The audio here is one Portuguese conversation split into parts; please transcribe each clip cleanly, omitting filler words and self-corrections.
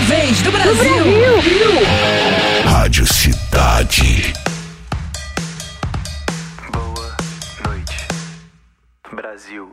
vez do Brasil. Rádio Cidade. Boa noite, Brasil.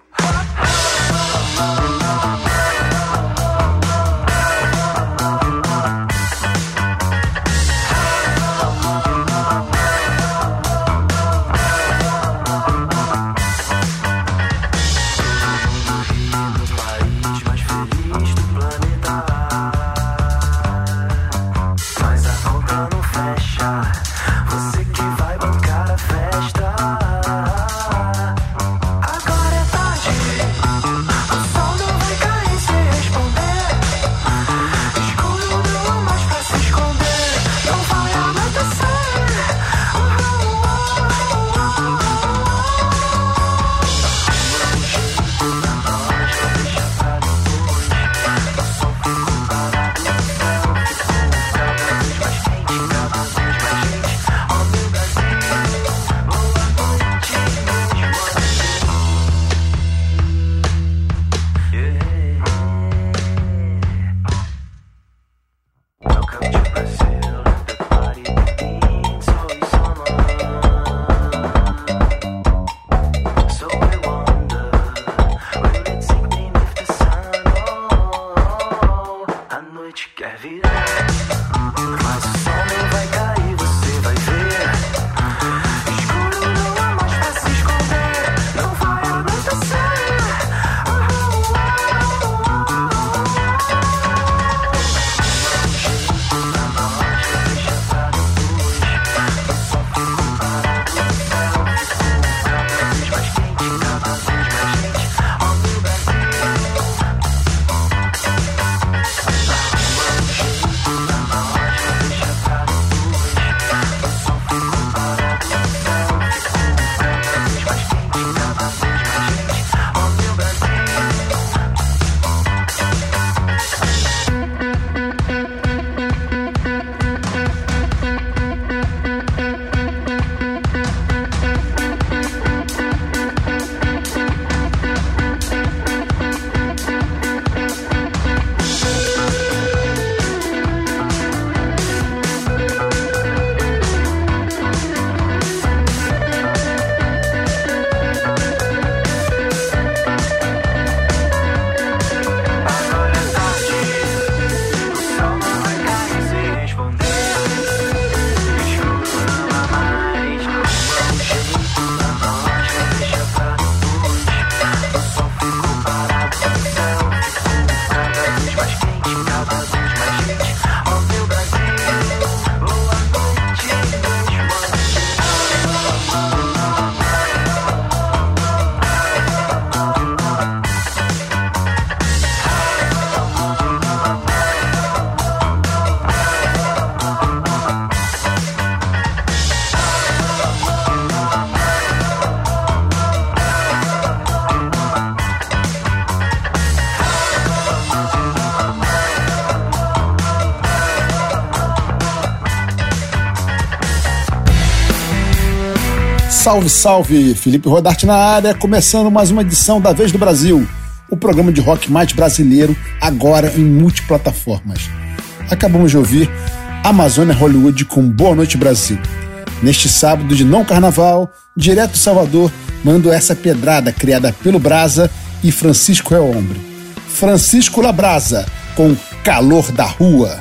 Salve, salve! Felipe Rodarte na área, começando mais uma edição da Vez do Brasil, o programa de rock mais brasileiro, agora em multiplataformas. Acabamos de ouvir Amazônia Hollywood com Boa Noite Brasil. Neste sábado de não carnaval, direto de Salvador, mando essa pedrada criada pelo Brasa e Francisco El Hombre. Francisco Labrasa, com Calor da Rua.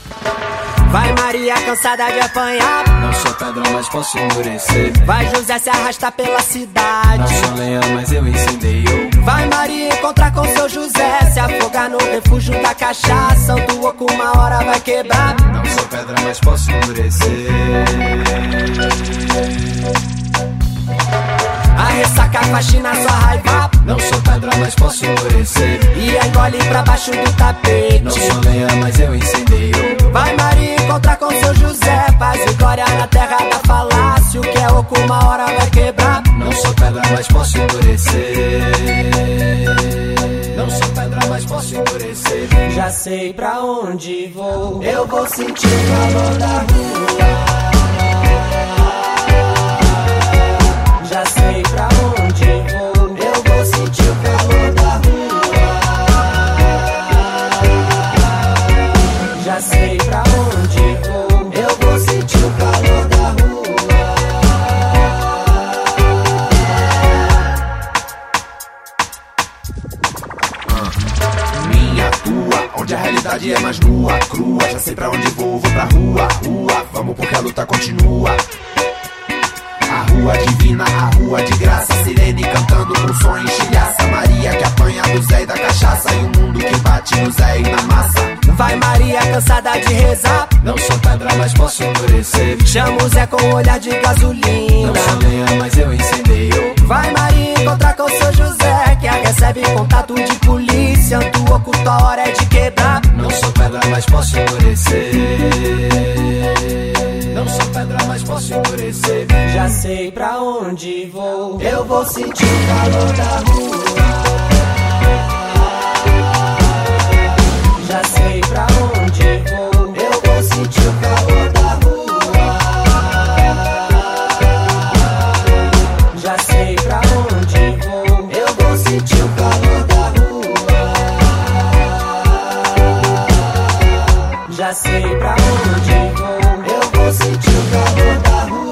Vai Maria, cansada de apanhar. Não sou padrão, mas posso endurecer. Vai José se arrastar pela cidade. Não sou lenha, mas eu incendeio. Vai Maria encontrar com seu José, se afogar no refúgio da cachaça. O oco uma hora vai quebrar. Não sou pedra, mas posso endurecer. A ressaca faxina sua raiva. Não sou pedra, mas posso endurecer. E a engole pra baixo do tapete. Não sou lenha, mas eu incendeio. Vai Maria encontrar com seu José, paz e glória na terra da falácia. O que é oco uma hora vai quebrar. Não sou pedra, mas posso endurecer. Não sou pedra, mas posso endurecer. Já sei pra onde vou. Eu vou sentir o calor da rua. Já sei pra onde vou. Eu vou sentir o calor da rua. Já Minha, tua, onde a realidade é mais nua, crua. Já sei pra onde vou pra rua, rua. Vamos porque a luta continua. A rua divina, a rua de graça. Sirene cantando com som em chilhaça. Maria que apanha do Zé e da cachaça. E o mundo que bate no Zé e na massa. Vai Maria cansada de rezar. Não sou pedra, mas posso endurecer. Chama o Zé com um olhar de gasolina. Não sou lenha, mas eu incendeio. Vai Maria encontrar com seu José, que a recebe contato de polícia. Tu oculta, a hora é de quebrar. Não sou pedra, mas posso endurecer. Não sou pedra, mas posso endurecer. Já sei pra onde vou. Eu vou sentir o calor da rua. Já sei pra onde vou. Eu vou sentir o calor da rua. Já sei pra onde vou. Eu vou sentir o calor da rua. Já sei pra onde vou. Eu vou sentir o calor da rua.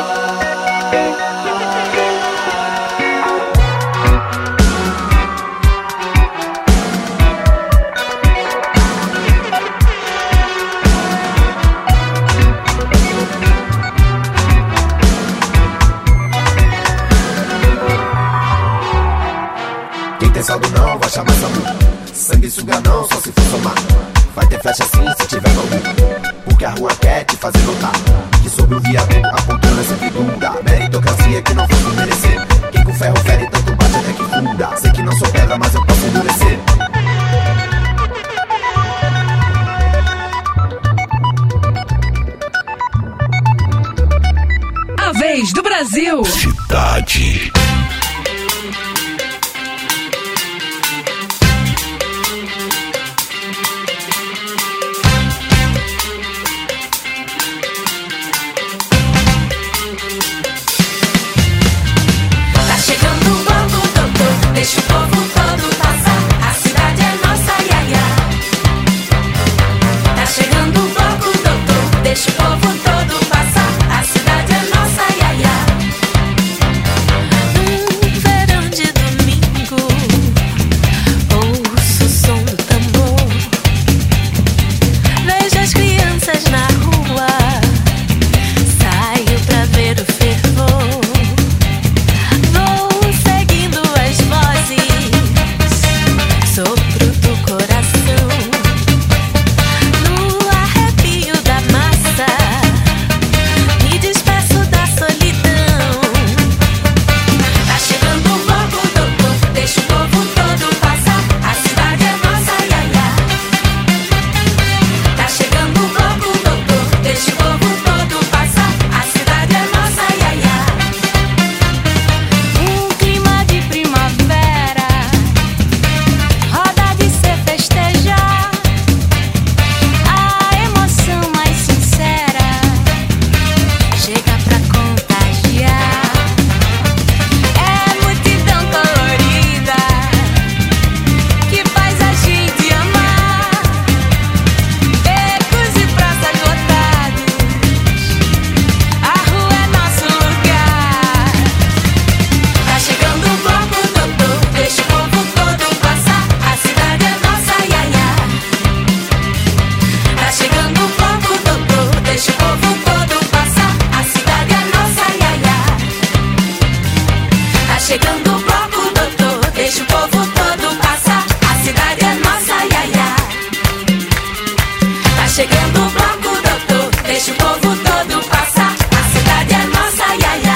Saldo não, vai chamar SAMU. Sangue suga não, só se for somar. Vai ter flecha sim, se tiver bambu. Porque a rua quer te fazer notar que sobre o viaduto a poltrona sempre dura. Meritocracia que não faz por merecer. Quem com ferro fere tanto bate até que funda. Sei que não sou pedra, mas eu posso endurecer. A vez do Brasil. Cidade. Deixa o povo todo passar, a cidade é nossa, ia, ia. Tá chegando o bloco, doutor. Deixa o povo todo passar, a cidade é nossa, ia, ia. Verão de domingo, ouço o som do tambor. Vejo as crianças na rua, saio pra ver o fervor. Sopro do coração, no arrepio da massa, me despeço da solidão. Tá chegando o bloco, doutor, deixa o povo todo passar, a cidade é nossa, ia, ia. Tá chegando o bloco, doutor, deixa o povo todo passar, a cidade é nossa, ia, ia. Um clima de primavera, roda de ser festejar, a emoção mais sincera chega pra contagiar. É multidão colorida que faz a gente amar. Becos e praças lotados, a rua é nosso lugar. Tá chegando o bloco, doutor, deixa o povo todo passar, a cidade é nossa, ia, ia. Tá chegando o bloco, doutor, deixa o povo todo passar, a cidade é nossa, ia, ia. Tá chegando o bloco, doutor, deixa o povo todo passar, a cidade é nossa, ia, ia. Tá chegando o bloco, doutor, deixa o povo todo passar, a cidade é nossa, ia, ia.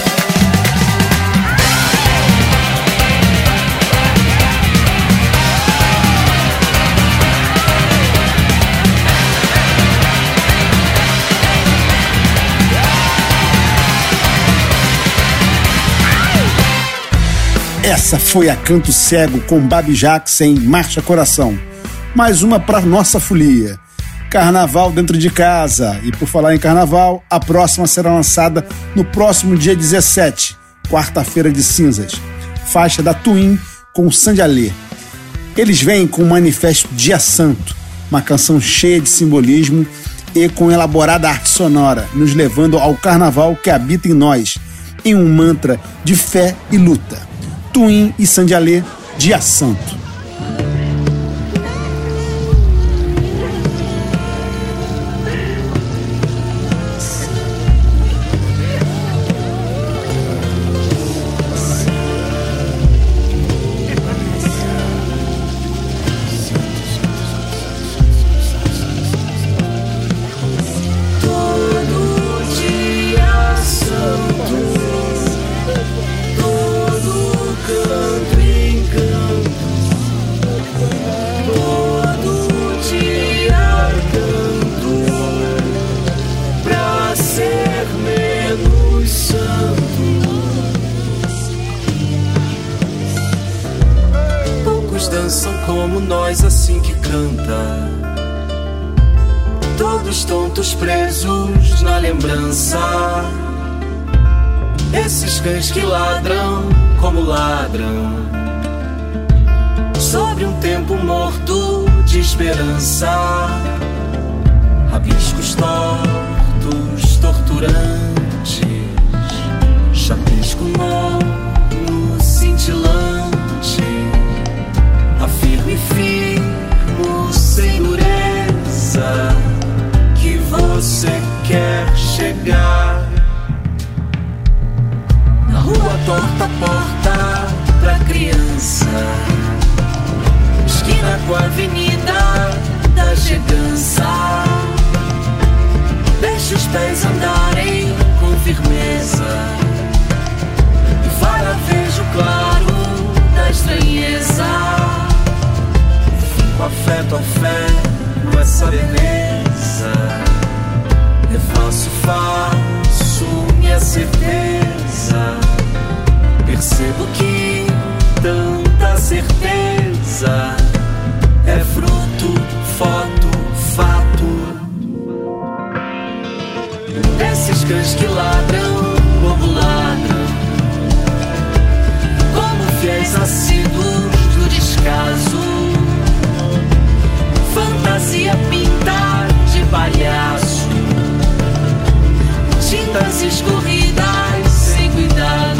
Essa foi a Canto Cego com Babi Jackson, Marcha Coração. Mais uma para nossa folia. Carnaval dentro de casa. E por falar em carnaval, a próxima será lançada no próximo dia 17, quarta-feira de cinzas. Faixa da Twin com Sandy Alê. Eles vêm com o Manifesto Dia Santo, uma canção cheia de simbolismo e com elaborada arte sonora, nos levando ao carnaval que habita em nós, em um mantra de fé e luta. Twin e Sandy Alê, Dia Santo. são como nós, assim que canta. Todos tontos presos na lembrança. Esses cães que ladram como ladram sobre um tempo morto de esperança. Rabiscos tortos, torturantes, chapisco morno, cintilante. Afirmo e firmo sem dureza que você quer chegar. Na rua torta, porta pra criança, esquina com a avenida da chegança. Deixe os pés andarem com firmeza e faravejo claro da estranheza. Com afeto, afeto, essa beleza. Refaço, faço minha certeza. Percebo que tanta certeza é fruto, foto, fato desses cães que ladram como ladram, como fiéis assíduos do descaso. Fantasia pinta de palhaço, tintas escorridas sem cuidado.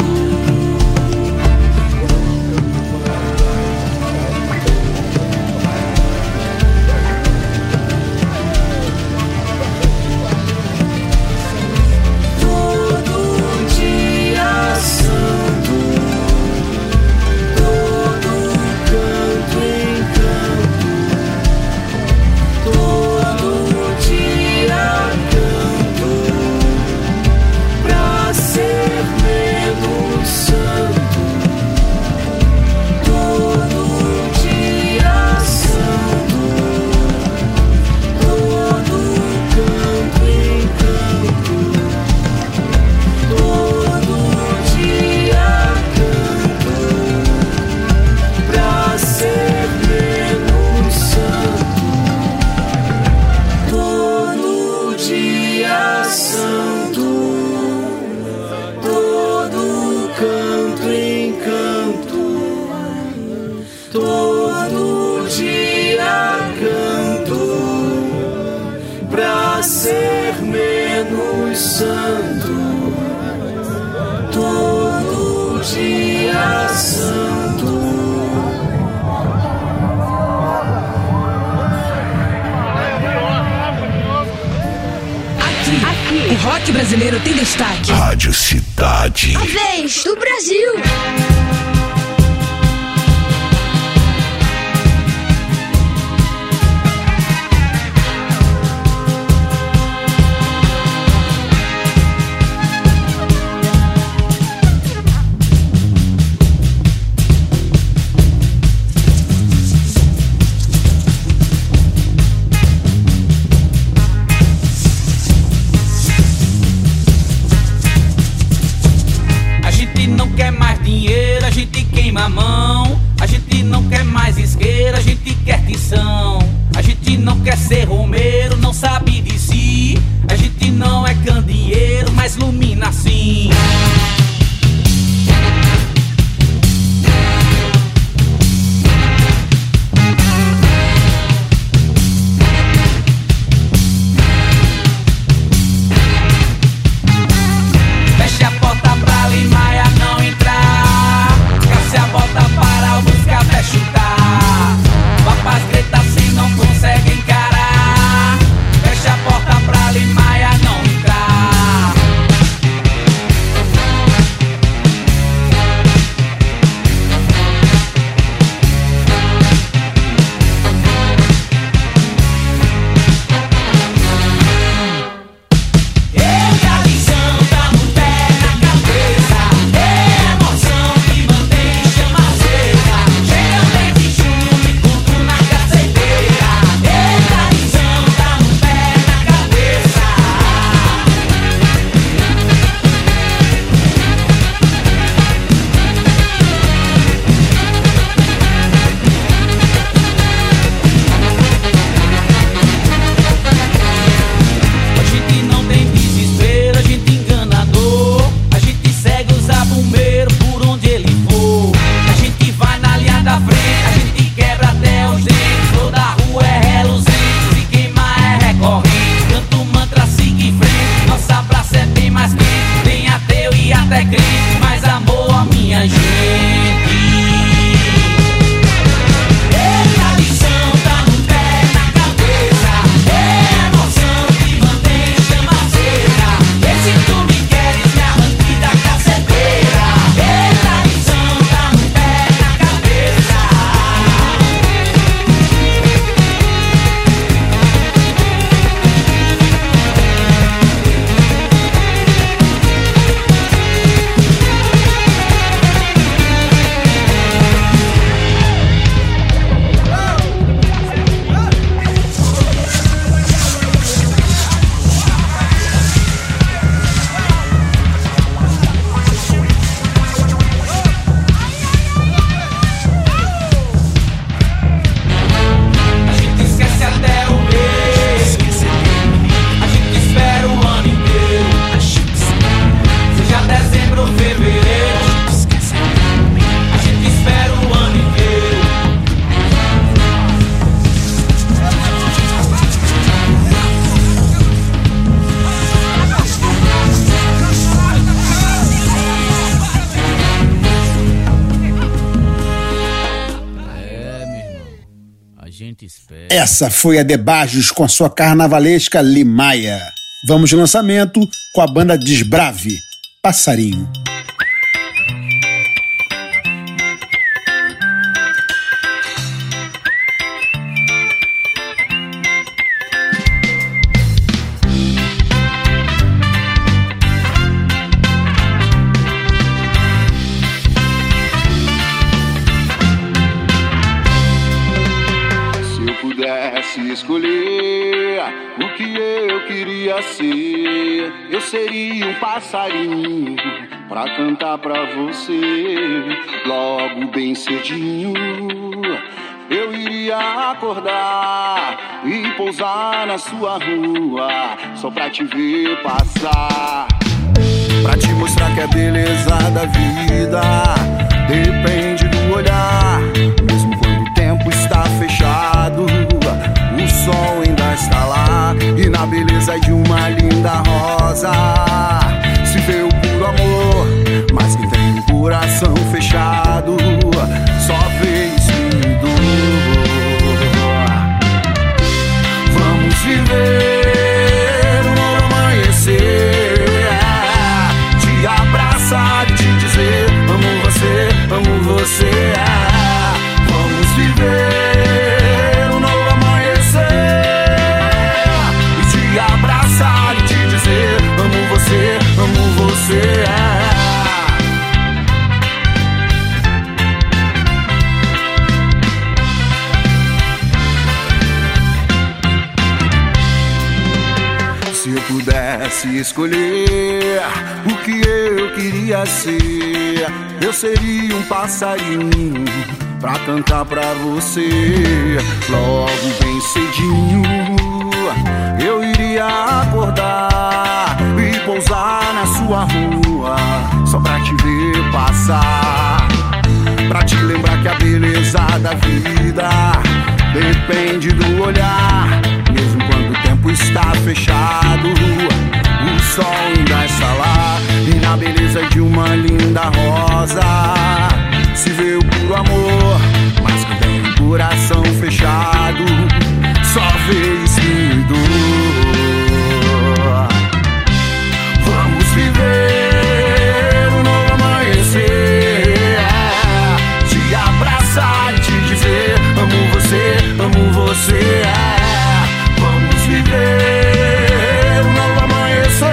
O rock brasileiro tem destaque. Rádio Cidade. A vez do Brasil. Não quer mais dinheiro. A gente espera. Essa foi a Debajos com a sua carnavalesca Limaia. Vamos de lançamento com a banda Desbrave, Passarinho. Escolher o que eu queria ser, eu seria um passarinho pra cantar pra você. Logo bem cedinho eu iria acordar e pousar na sua rua só pra te ver passar, pra te mostrar que a beleza da vida depende do olhar. Mesmo quando o tempo está fechado, o sol ainda está lá, e na beleza de uma linda rosa se vê o puro amor. Mas quem tem um coração fechado só vê escuridão. Vamos viver um novo amanhecer, te abraçar e te dizer amo você, amo você. Vamos viver amo você. Se eu pudesse escolher o que eu queria ser, eu seria um passarinho pra cantar pra você. Logo bem cedinho eu iria acordar e pousar na sua rua só pra te ver passar, pra te lembrar que a beleza da vida depende do olhar. Mesmo quando o tempo está fechado, o sol ainda está lá, e na beleza de uma linda rosa se vê o puro amor. Mas quem tem um coração fechado só vê escuridão. Vamos viver um novo amanhecer, te abraçar e te dizer amo você, amo você. Vamos viver um novo amanhecer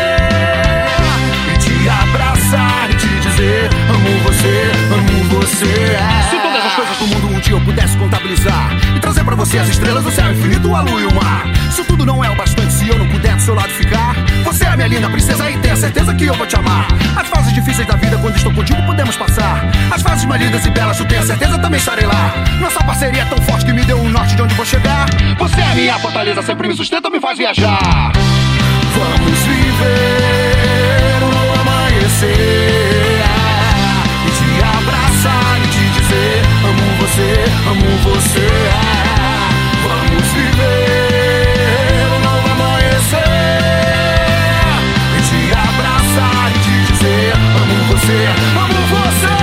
e te abraçar e te dizer amo você, amo você. Se todas as coisas do mundo um dia eu pudesse contabilizar e trazer pra você as estrelas, o céu infinito, a lua e o mar, se tudo não é o bastante, se eu não puder do seu lado ficar, você é minha linda princesa e tenha certeza que eu vou te amar. As fases difíceis da vida, quando estou contigo, podemos passar. As fases mais lindas e belas, eu tenho certeza, também estarei lá. Nossa parceria é tão forte que me deu um norte de onde vou chegar. Você é minha fortaleza, sempre me sustenta, me faz viajar. Vamos viver um novo amanhecer e te abraçar e te dizer amo você, amo você. Vamos viver um novo amanhecer e te abraçar e te dizer amo você, amo você.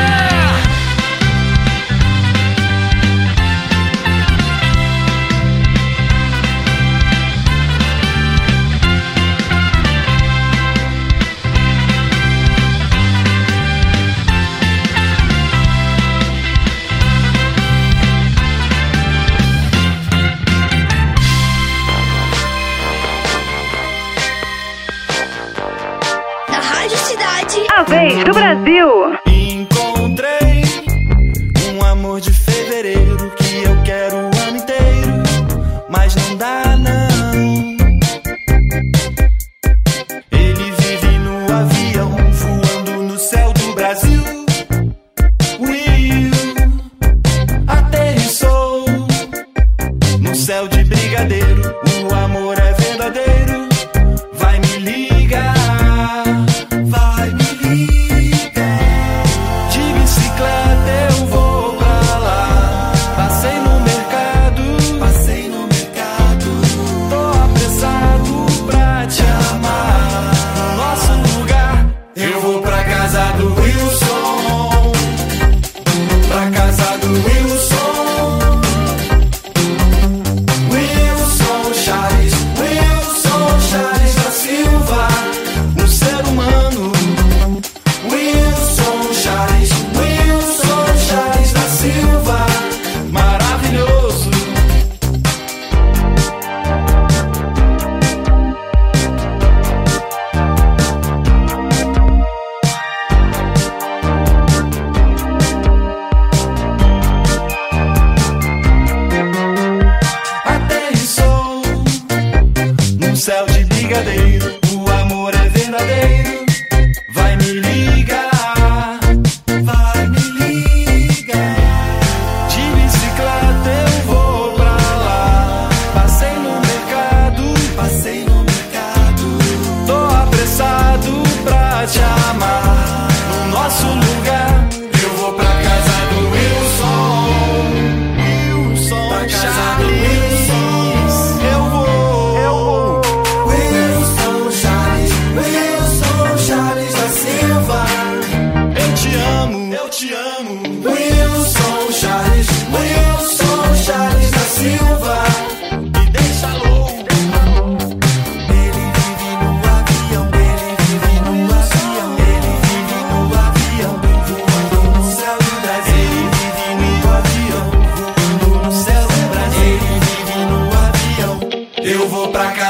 A vez do Brasil. Encontrei um amor de fevereiro que eu quero o ano inteiro, mas não dá não. Ele vive no avião voando no céu do Brasil. Will aterrissou no céu de brigadeiro. O amor é verdadeiro. Vai me ligar. Vai me ligar. De bicicleta eu vou pra lá. Passei no mercado. Tô apressado pra te amar. No nosso lugar eu vou pra casa do Wilson. Pra casa do Wilson.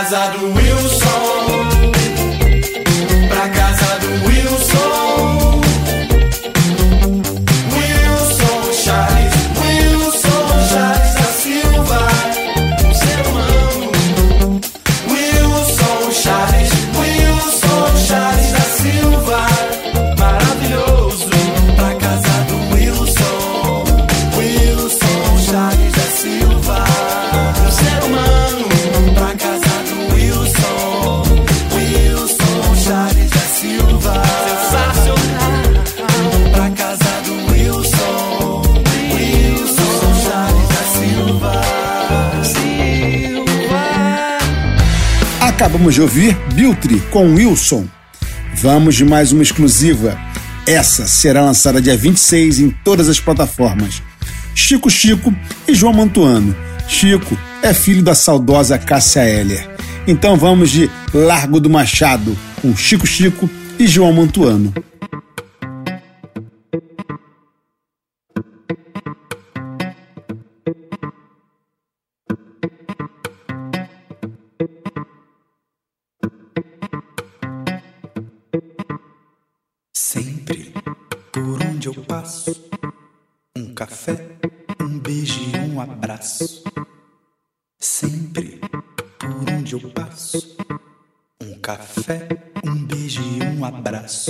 casa do Wilson, pra casa do Wilson. Wilson Charles da Silva, um ser humano. Wilson Charles da Silva, maravilhoso. Pra casa do Wilson Charles da Silva, um ser humano. Pra casa do Wilson Charles da Silva, sensacional. Pra casa do Wilson Charles da Silva. Acabamos de ouvir Biltre com Wilson. Vamos de mais uma exclusiva. Essa será lançada dia 26 em todas as plataformas. Chico e João Mantuano. Chico é filho da saudosa Cássia Eller. Então vamos de Largo do Machado com Chico e João Mantuano. Sempre por onde eu passo, um café, um beijo e um abraço. Sempre por onde eu passo, um café, um beijo e um abraço.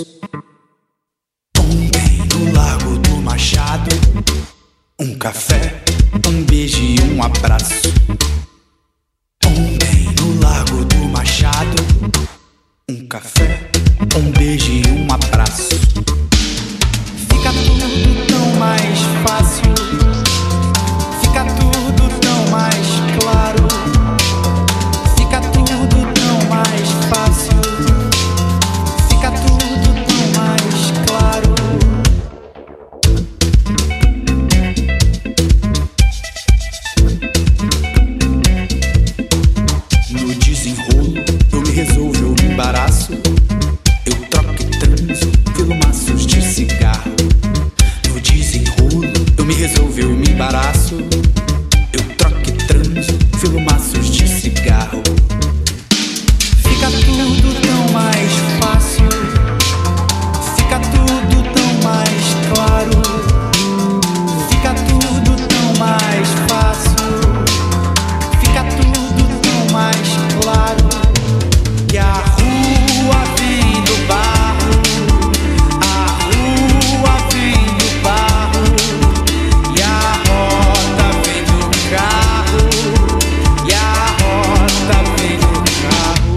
Ontem no Largo do Machado, um café, um beijo e um abraço. Ontem no Largo do Machado, um café, um beijo e um abraço. Fica tudo tão mais fácil, fica tudo tão mais claro, fica tudo tão mais fácil, fica tudo tão mais claro. No desenrolo eu me resolvo, eu me embaraço. Eu troco e transo, filo maços de cigarro. No desenrolo, eu me resolvo, eu me embaraço. Eu troco e transo, filo maços de cigarro. Fica tudo tão mais fácil, fica tudo tão mais claro, fica tudo tão mais fácil, fica tudo tão mais claro. Que a rua vem do barro, a rua vem do barro, e a roda vem do carro, e a roda vem do carro.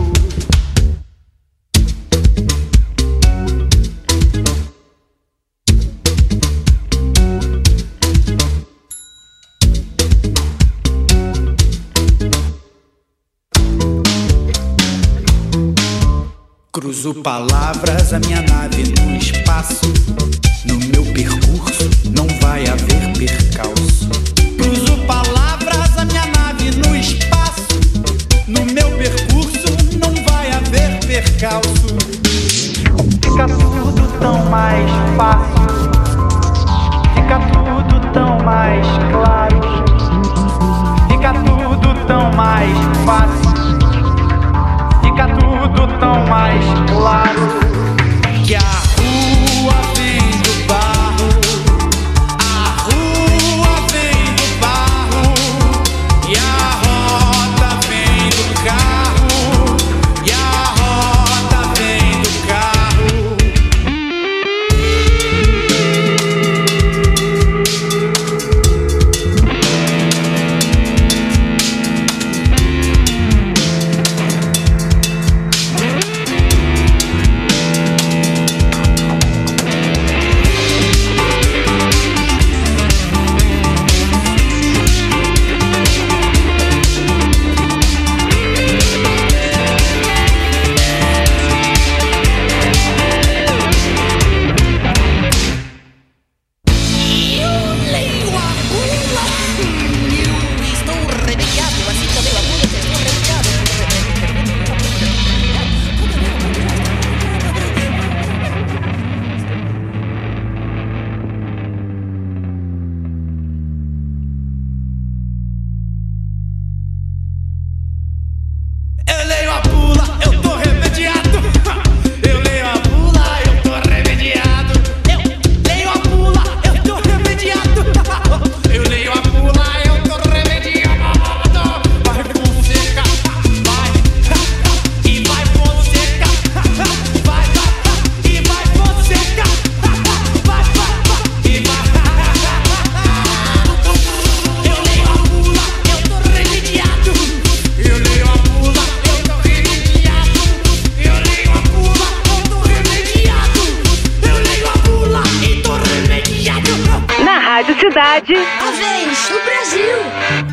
Cruzo palavras, a minha nave no espaço. No meu percurso não vai haver percalço. Cruzo palavras, a minha nave no espaço. No meu percurso não vai haver percalço. Fica tudo tão mais fácil, fica tudo tão mais claro, fica tudo tão mais fácil, fica tudo tão mais claro. Que a rua vem do barro, a rua cidade. A vez do Brasil.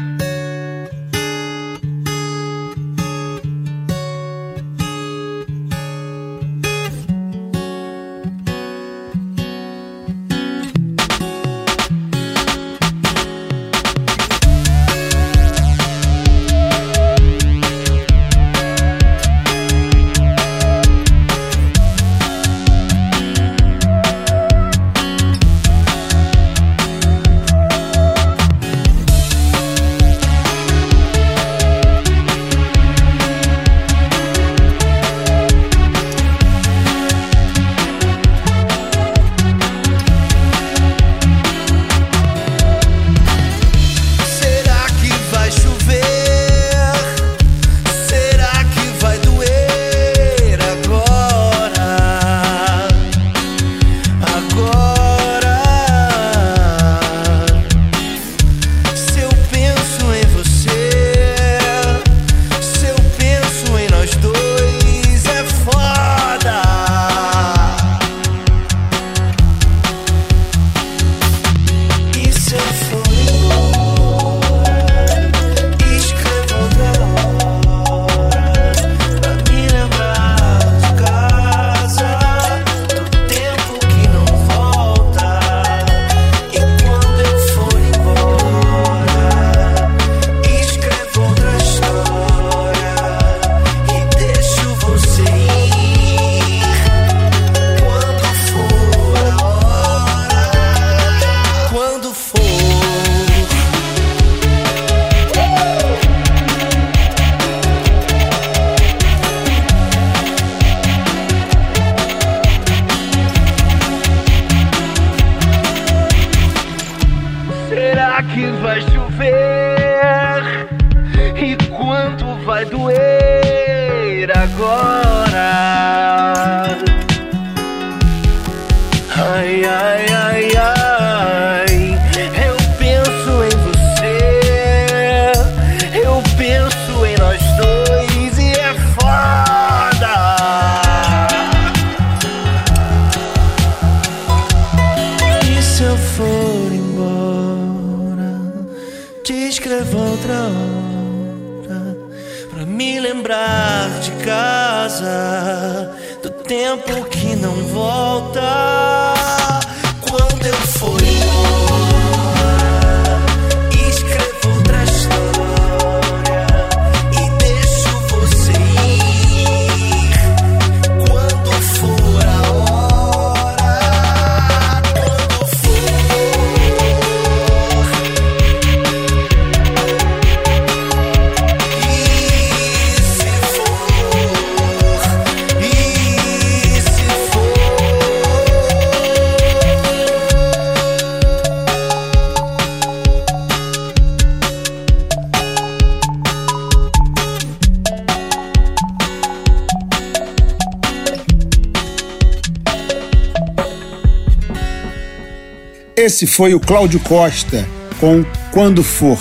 Esse foi o Cláudio Costa com Quando For.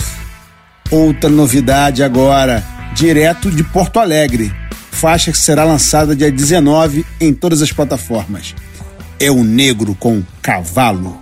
Outra novidade agora, direto de Porto Alegre. Faixa que será lançada dia 19 em todas as plataformas. É o Negro com Cavalo.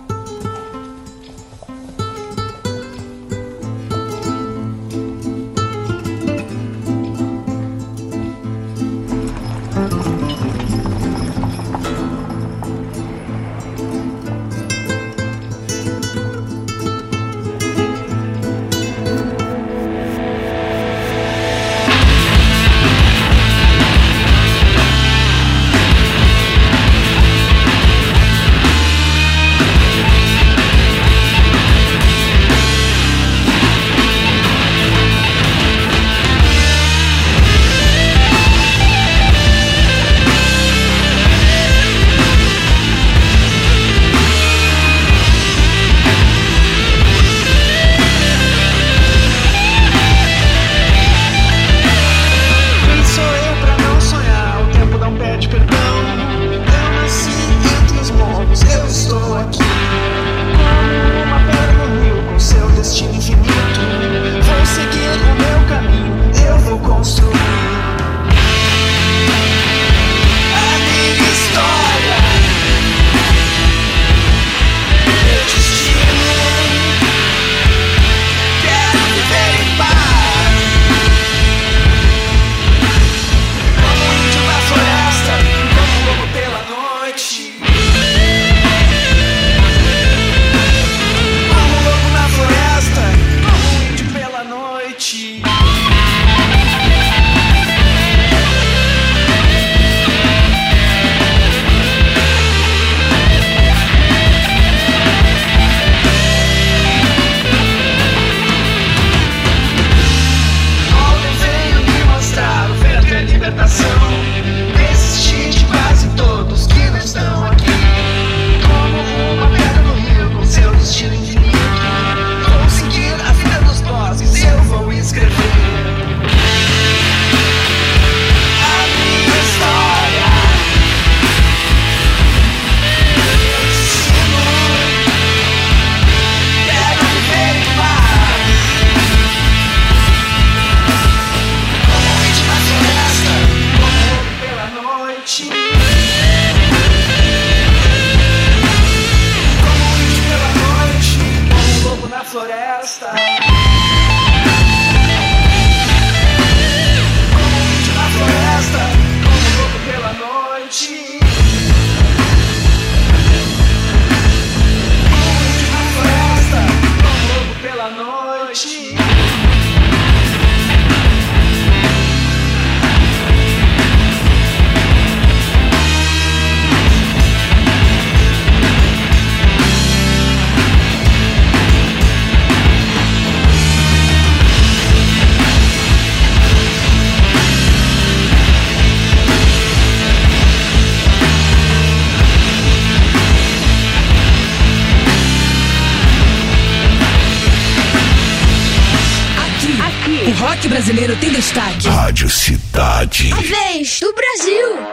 O rock brasileiro tem destaque. Rádio Cidade. A vez do Brasil.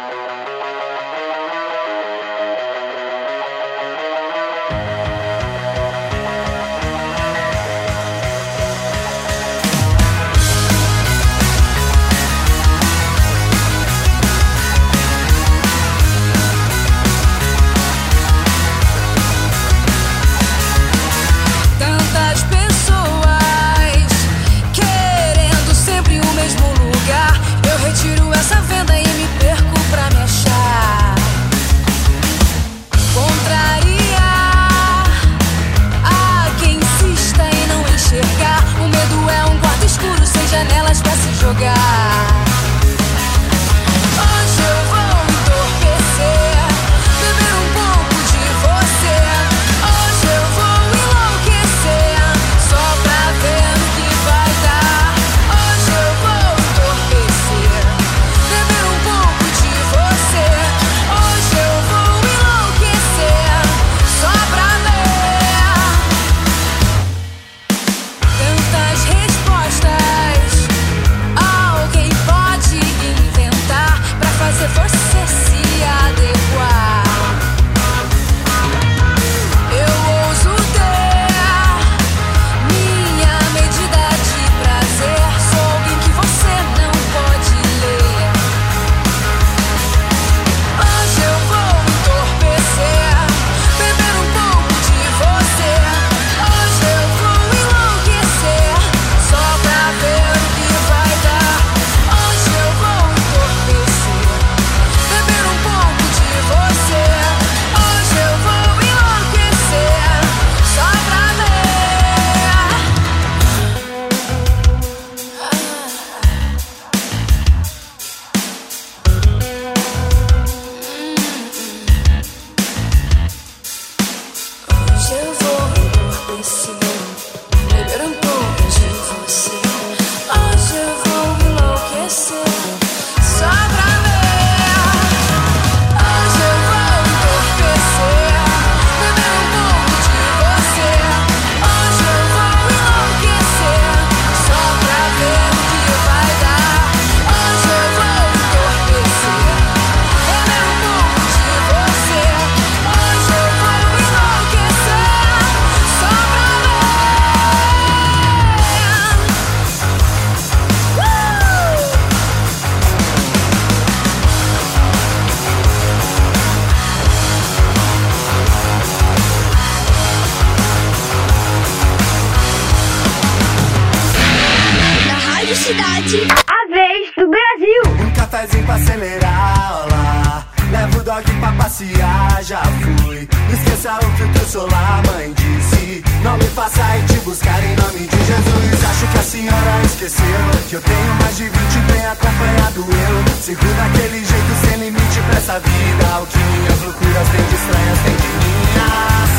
A vez do Brasil. Um cafezinho pra acelerar, olá. Levo o dog pra passear, já fui. Esqueça o filtro solar, mãe disse. Não me faça ir te buscar em nome de Jesus. Acho que a senhora esqueceu que eu tenho mais de 20 bem acompanhado eu. Sigo daquele jeito sem limite pra essa vida. O que minhas loucuras tem de estranhas, tem de minhas.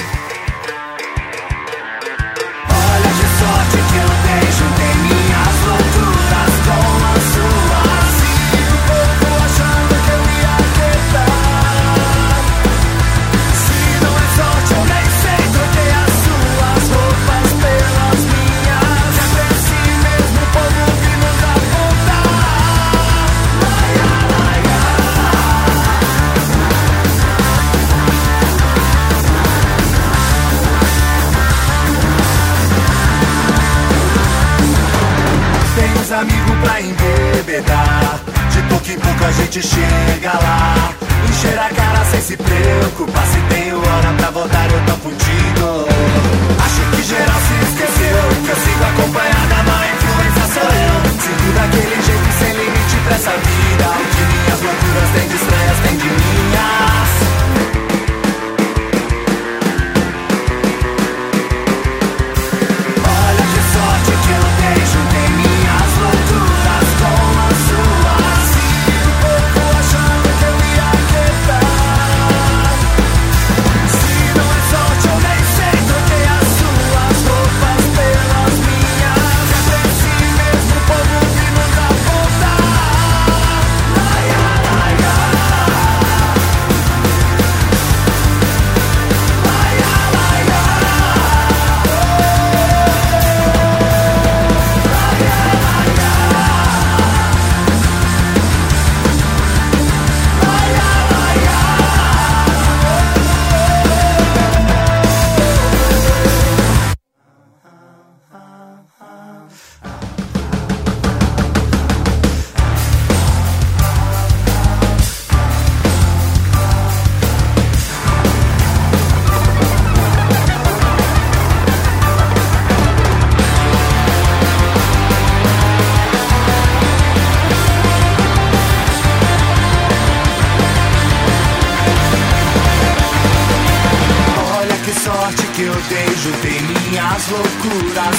Olha que sorte que eu tenho, juntei minhas loucuras com as suas. E o povo achando que eu ia acertar. Se não é sorte eu nem sei, troquei as suas roupas pelas minhas. É pra si mesmo o povo vir nos apontar. Laia, laia. Tem uns amigos pra embebedar. De pouco em pouco a gente chega lá. Encher a cara sem se preocupar. Se tenho hora pra voltar eu tô contigo. Acho que geral se esqueceu que eu sigo acompanhada, má influência sou eu. Sigo daquele jeito sem limite pra essa vida. O que minhas loucuras tem de estranhas, tem de minhas. Olha que sorte que eu tenho, juntei minhas loucuras com as suas. E o povo achando que eu ia acertar. Se não é sorte eu nem sei, troquei as suas roupas pelas minhas.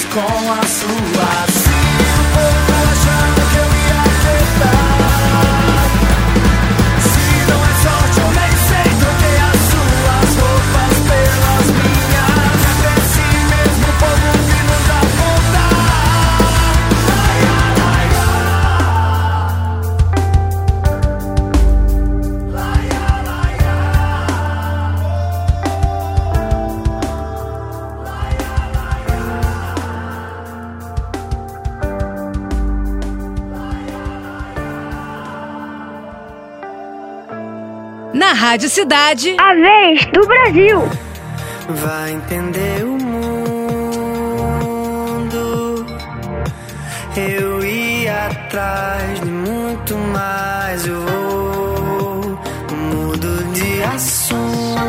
com a sua. Se o povo achava que eu ia acertar, se não é sorte eu nem sei, troquei as suas roupas pelas minhas. Até assim mesmo o povo vi nos apontar. Na Rádio Cidade, A vez do Brasil. Vai entender o mundo. Eu ia atrás de muito mais. Eu vou, mudo de assunto.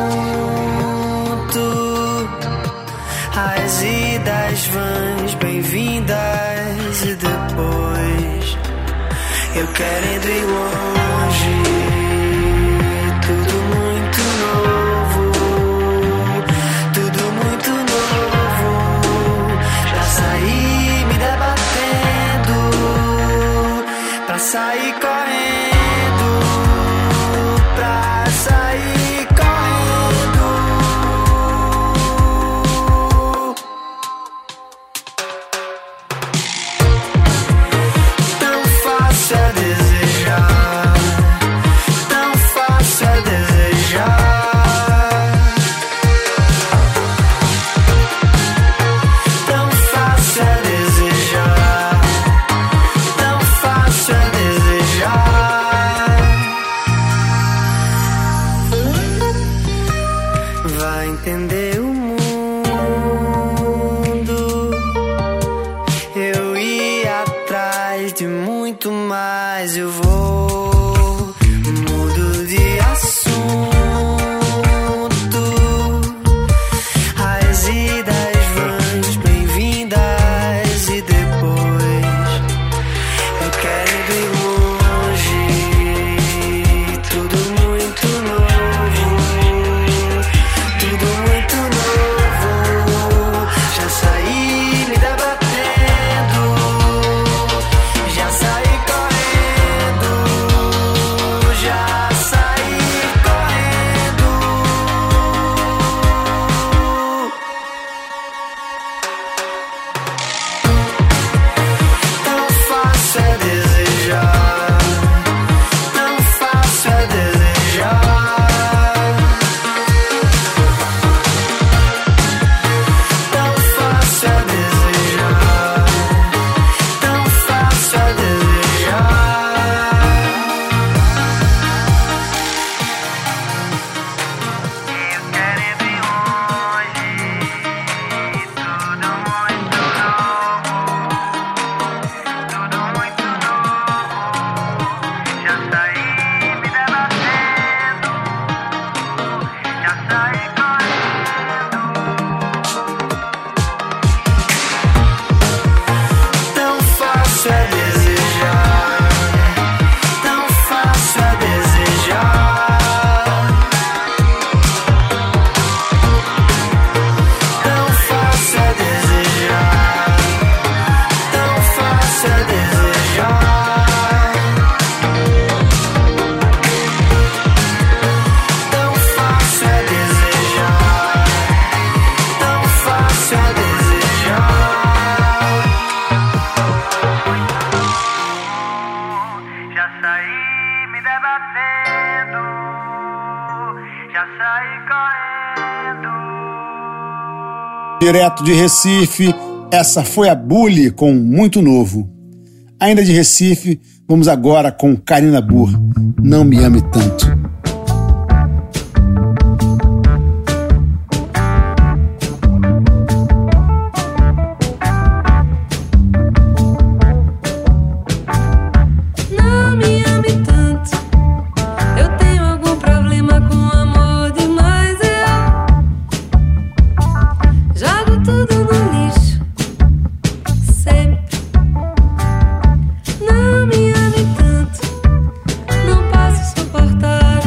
As idas vãs, bem-vindas. E depois eu querendo ir longe. Tudo muito novo, tudo muito novo. Já saí me debatendo, pra sair correndo, pra sair correndo. Tão fácil é desejar, tão fácil é desejar. Tão fácil é desejar, tão fácil é desejar. Vai entender o mundo. Eu ia atrás de muito mais. Eu vou, mudo de assunto. As idas vãs, bem-vindas. E depois eu quero ir longe. Tudo muito novo, tudo muito novo. Já saí me debatendo, já saí correndo, já saí correndo. Tão fácil é desejar, tão fácil é desejar. Tão fácil é desejar, tão fácil é desejar. Eu quero ir longe, tudo muito novo, tudo muito novo. Já saí me debatendo, já saí correndo. Tão fácil é desejar, tão fácil é desejar. Tão fácil é desejar, tão fácil é desejar. Tão fácil é desejar, tão fácil é desejar. Já saí me debatendo, já saí correndo. Direto de Recife, essa foi a Bully com Muito Novo. Ainda de Recife, vamos agora com Karina Burr, Não Me Ame Tanto. Não me ame tanto. Eu tenho algum problema com amor demais. Eu jogo tudo no lixo, sempre. Não me ame tanto. Não posso suportar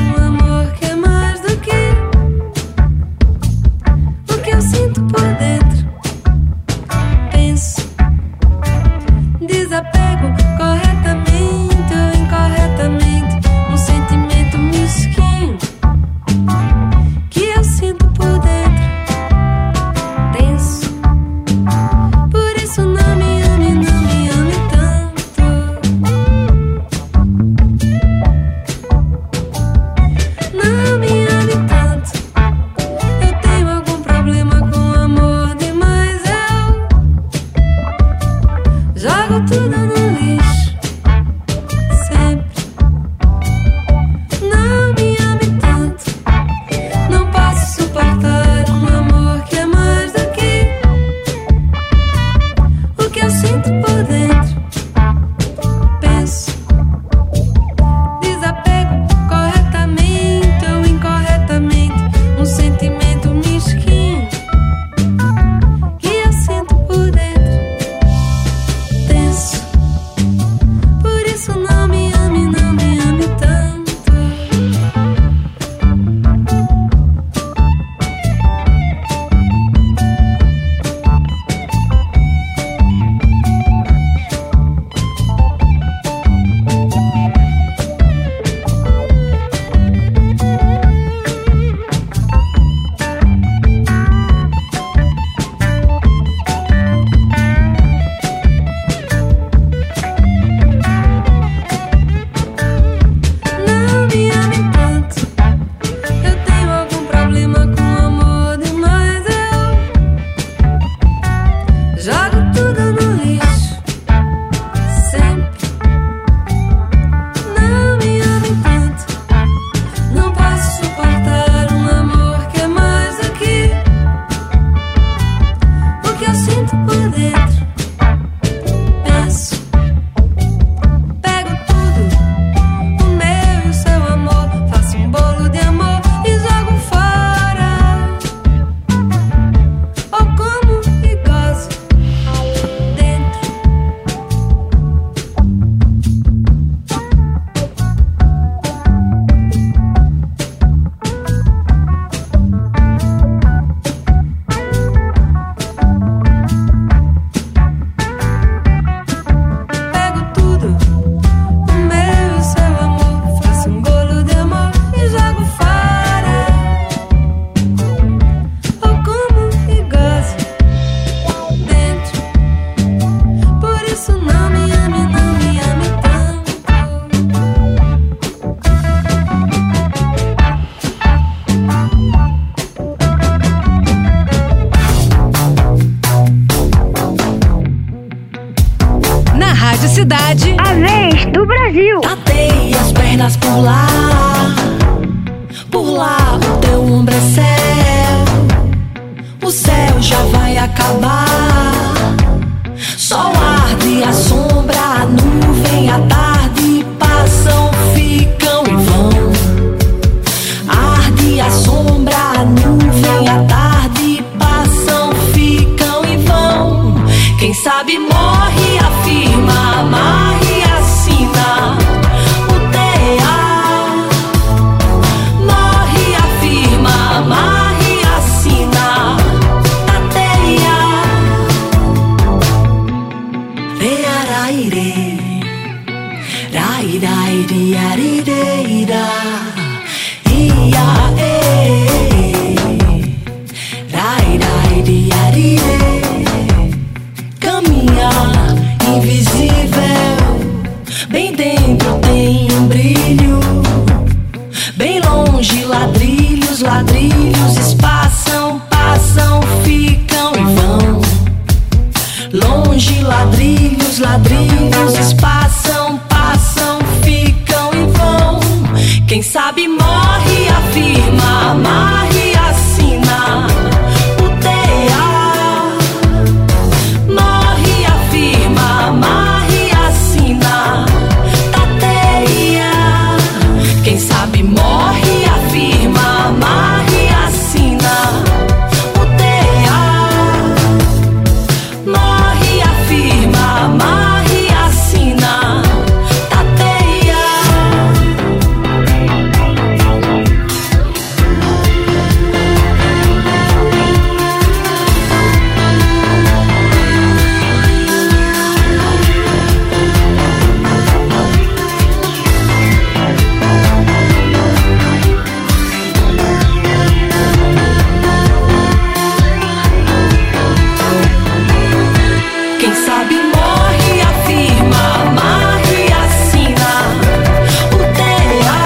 Rádio Cidade, a vez do Brasil. Tatei as pernas por lá o teu ombro é céu. O céu já vai acabar. Sol arde, a sombra, a nuvem, a tarde passam, ficam e vão. Arde a sombra, a nuvem, a tarde passam, ficam e vão. Quem sabe morre, afirma, amarre, assina o TA. Morre, afirma, amarre, assina tateia. Rearaire, rairairearireira, ia, rairairearire. Caminha invisível, bem dentro tem um brilho. Bem longe ladrilhos, ladrilhos espaçam, passam, ficam e vão. Longe ladrilhos, ladrilhos espaçam, passam, ficam e vão. Quem sabe morre, afirma, amarre, assina o TA. Morre, afirma, amarre, assina tateia. Quem sabe morre, afirma, amarre, assina o TA. Morre, afirma, amarre, assina tateia. Quem sabe morre, afirma, amarre, assina o TA.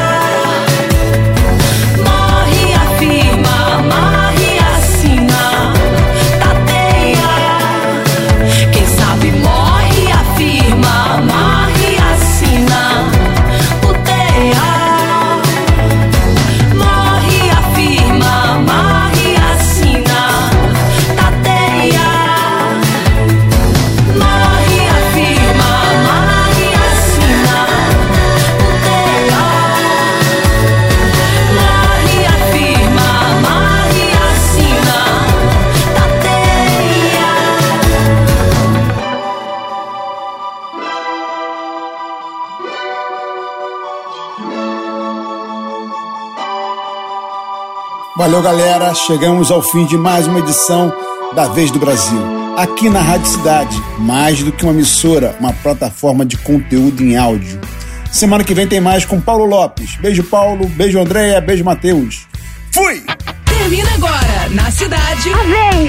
Morre, afirma, amarre, assina tateia. Quem sabe morre, afirma, amarre, assina o TA. Morre, afirma, amarre, assina tateia. Morre, afirma, amarre, assina o TA. Morre, afirma, amarre, assina tateia. Valeu, galera. Chegamos ao fim de mais uma edição da Vez do Brasil. Aqui na Rádio Cidade, mais do que uma emissora, uma plataforma de conteúdo em áudio. Semana que vem tem mais com Paulo Lopes. Beijo, Paulo. Beijo, Andréia. Beijo, Matheus. Fui! termina agora na Cidade, a vez